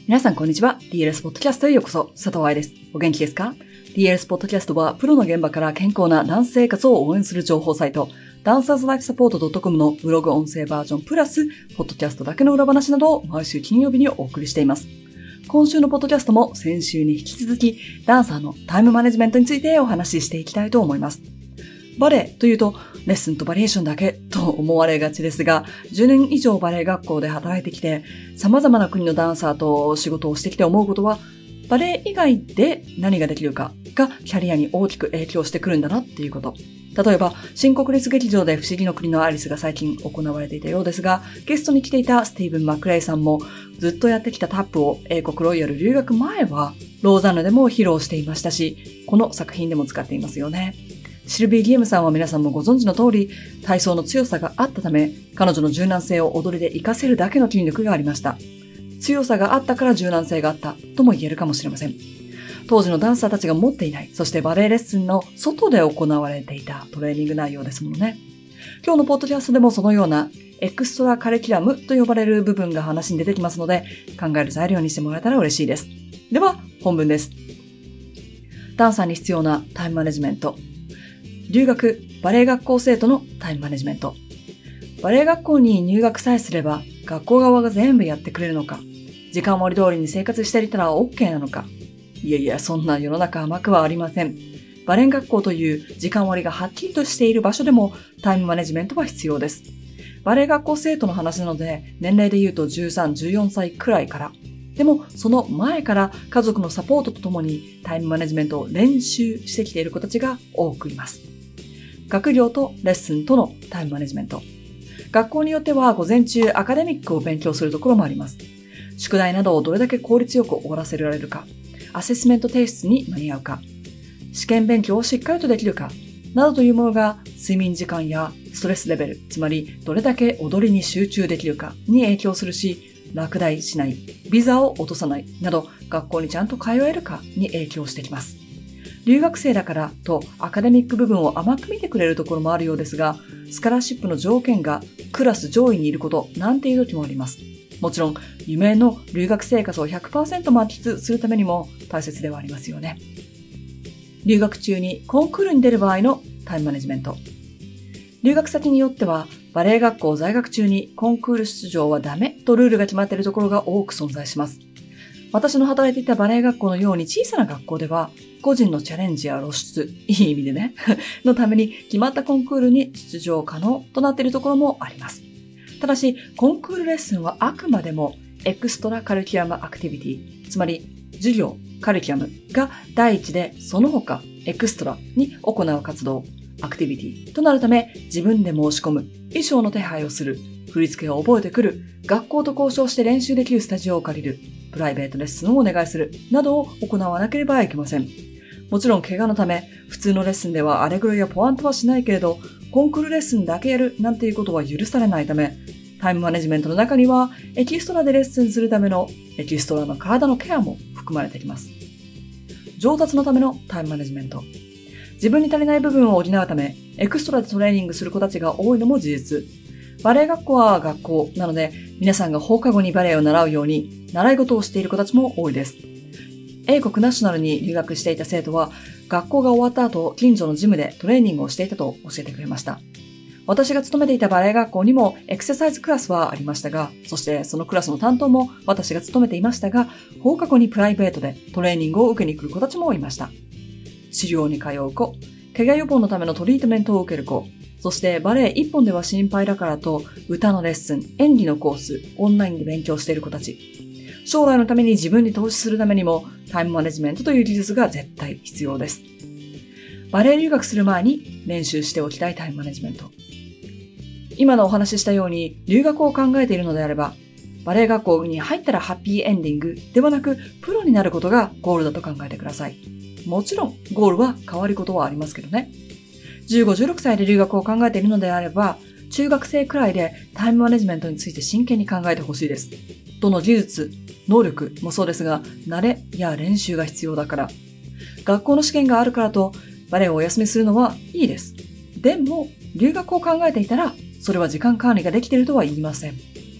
皆さんこんにちは。DLS ポッドキャストへようこそ。佐藤愛です。お元気ですか？ DLS ポッドキャストはプロの現場から健康なダンス生活を応援する情報サイト、ダンサーズライフサポート .com のブログ音声バージョンプラス、ポッドキャストだけの裏話などを毎週金曜日にお送りしています。今週のポッドキャストも先週に引き続き、ダンサーのタイムマネジメントについてお話ししていきたいと思います。バレエというと、レッスンとバリエーションだけと思われがちですが、10年以上バレエ学校で働いてきて、様々な国のダンサーと仕事をしてきて思うことは、バレエ以外で何ができるかがキャリアに大きく影響してくるんだなっていうこと。例えば、新国立劇場で不思議の国のアリスが最近行われていたようですが、ゲストに来ていたスティーブン・マクレイさんも、ずっとやってきたタップを英国ロイヤル留学前は、ローザンヌでも披露していましたし、この作品でも使っていますよね。シルビー・ギエムさんは皆さんもご存知の通り、体操の強さがあったため、彼女の柔軟性を踊りで活かせるだけの筋力がありました。強さがあったから柔軟性があったとも言えるかもしれません。当時のダンサーたちが持っていない、そしてバレエレッスンの外で行われていたトレーニング内容ですものね。今日のポッドキャストでもそのようなエクストラカリキュラムと呼ばれる部分が話に出てきますので、考える材料にしてもらえたら嬉しいです。では、本文です。ダンサーに必要なタイムマネジメント。留学、バレエ学校生徒のタイムマネジメント。バレエ学校に入学さえすれば、学校側が全部やってくれるのか、時間割通りに生活していたら OK なのか。いやいや、そんな世の中甘くはありません。バレエ学校という時間割がはっきりとしている場所でもタイムマネジメントは必要です。バレエ学校生徒の話なので、年齢で言うと13、14歳くらいから。でも、その前から家族のサポートとともにタイムマネジメントを練習してきている子たちが多くいます。学業とレッスンとのタイムマネジメント。学校によっては午前中アカデミックを勉強するところもあります。宿題などをどれだけ効率よく終わらせられるか、アセスメント提出に間に合うか、試験勉強をしっかりとできるか、などというものが睡眠時間やストレスレベル、つまりどれだけ踊りに集中できるかに影響するし、落第しない、ビザを落とさないなど学校にちゃんと通えるかに影響してきます。留学生だからとアカデミック部分を甘く見てくれるところもあるようですが、スカラシップの条件がクラス上位にいることなんていう時もあります。もちろん、夢の留学生活を 100% 満喫するためにも大切ではありますよね。留学中にコンクールに出る場合のタイムマネジメント。留学先によっては、バレエ学校在学中にコンクール出場はダメとルールが決まっているところが多く存在します。私の働いていたバレエ学校のように小さな学校では、個人のチャレンジや露出、いい意味でね、のために決まったコンクールに出場可能となっているところもあります。ただし、コンクールレッスンはあくまでもエクストラカリキュラムアクティビティ、つまり授業、カリキュラムが第一で、その他エクストラに行う活動、アクティビティとなるため、自分で申し込む、衣装の手配をする、振り付けを覚えてくる、学校と交渉して練習できるスタジオを借りる、プライベートレッスンをお願いする、などを行わなければいけません。もちろん怪我のため、普通のレッスンではアレグロやポワントはしないけれど、コンクールレッスンだけやるなんていうことは許されないため、タイムマネジメントの中には、エキストラでレッスンするためのエキストラの体のケアも含まれてきます。上達のためのタイムマネジメント。自分に足りない部分を補うため、エクストラでトレーニングする子たちが多いのも事実。バレエ学校は学校なので、皆さんが放課後にバレエを習うように、習い事をしている子たちも多いです。英国ナショナルに留学していた生徒は、学校が終わった後、近所のジムでトレーニングをしていたと教えてくれました。私が勤めていたバレエ学校にもエクササイズクラスはありましたが、そしてそのクラスの担当も私が勤めていましたが、放課後にプライベートでトレーニングを受けに来る子たちもいました。治療に通う子、怪我予防のためのトリートメントを受ける子、そしてバレエ一本では心配だからと歌のレッスン、演技のコース、オンラインで勉強している子たち。将来のために自分に投資するためにもタイムマネジメントという技術が絶対必要です。バレエ留学する前に練習しておきたいタイムマネジメント。今のお話ししたように留学を考えているのであれば、バレエ学校に入ったらハッピーエンディングではなくプロになることがゴールだと考えてください。もちろんゴールは変わることはありますけどね。15、16歳で留学を考えているのであれば、中学生くらいでタイムマネジメントについて真剣に考えてほしいです。どの技術、能力もそうですが、慣れや練習が必要だから。学校の試験があるからとバレエをお休みするのはいいです。でも、留学を考えていたら、それは時間管理ができているとは言いません。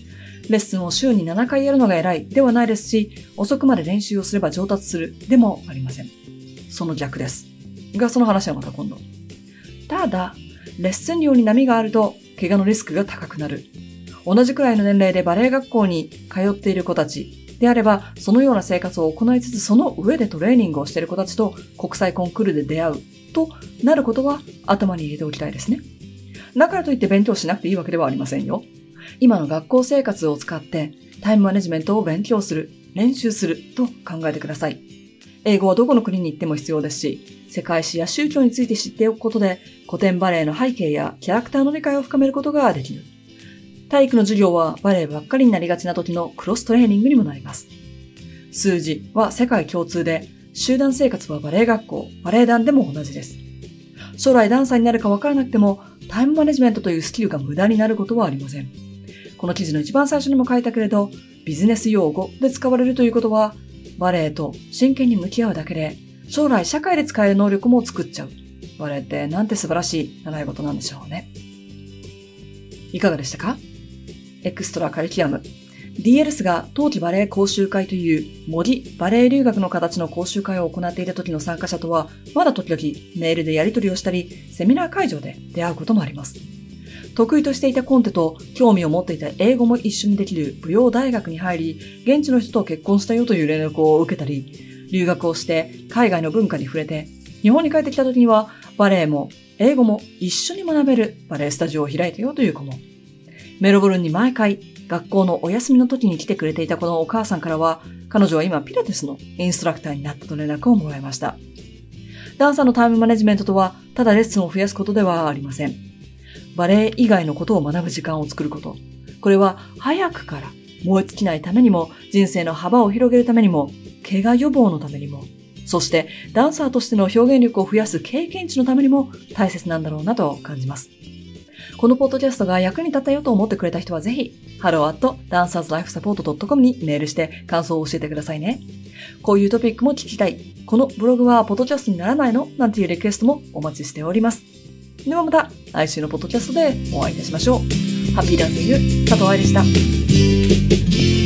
レッスンを週に7回やるのが偉いではないですし、遅くまで練習をすれば上達するでもありません。その逆です。が、その話はまた今度。ただ、レッスン量に波があると、怪我のリスクが高くなる。同じくらいの年齢でバレエ学校に通っている子たちであれば、そのような生活を行いつつ、その上でトレーニングをしている子たちと国際コンクールで出会うとなることは頭に入れておきたいですね。だからといって勉強しなくていいわけではありませんよ。今の学校生活を使ってタイムマネジメントを勉強する、練習すると考えてください。英語はどこの国に行っても必要ですし、世界史や宗教について知っておくことで古典バレエの背景やキャラクターの理解を深めることができる。体育の授業はバレエばっかりになりがちな時のクロストレーニングにもなります。数字は世界共通で、集団生活はバレエ学校、バレエ団でも同じです。将来ダンサーになるかわからなくても、タイムマネジメントというスキルが無駄になることはありません。この記事の一番最初にも書いたけれど、ビジネス用語で使われるということは、バレエと真剣に向き合うだけで、将来社会で使える能力も作っちゃう。バレエってなんて素晴らしい習い事なんでしょうね。いかがでしたか？エクストラカリキュラム。DLS が冬季バレエ講習会という模擬バレエ留学の形の講習会を行っていた時の参加者とは、まだ時々メールでやり取りをしたり、セミナー会場で出会うこともあります。得意としていたコンテと興味を持っていた英語も一緒にできる舞踊大学に入り、現地の人と結婚したよという連絡を受けたり、留学をして海外の文化に触れて、日本に帰ってきた時にはバレエも英語も一緒に学べるバレエスタジオを開いたよという子も。メルボルンに毎回学校のお休みの時に来てくれていたこのお母さんからは、彼女は今ピラティスのインストラクターになったと連絡をもらいました。ダンサーのタイムマネジメントとは、ただレッスンを増やすことではありません。バレエ以外のことを学ぶ時間を作ること。これは早くから燃え尽きないためにも、人生の幅を広げるためにも、怪我予防のためにも、そしてダンサーとしての表現力を増やす経験値のためにも大切なんだろうなと感じます。このポッドキャストが役に立ったよと思ってくれた人はぜひ、hello@dancerslifesupport.com にメールして感想を教えてくださいね。こういうトピックも聞きたい。このブログはポッドキャストにならないの？なんていうリクエストもお待ちしております。ではまた来週のポッドキャストでお会いいたしましょう。ハッピーダンシング、佐藤愛でした。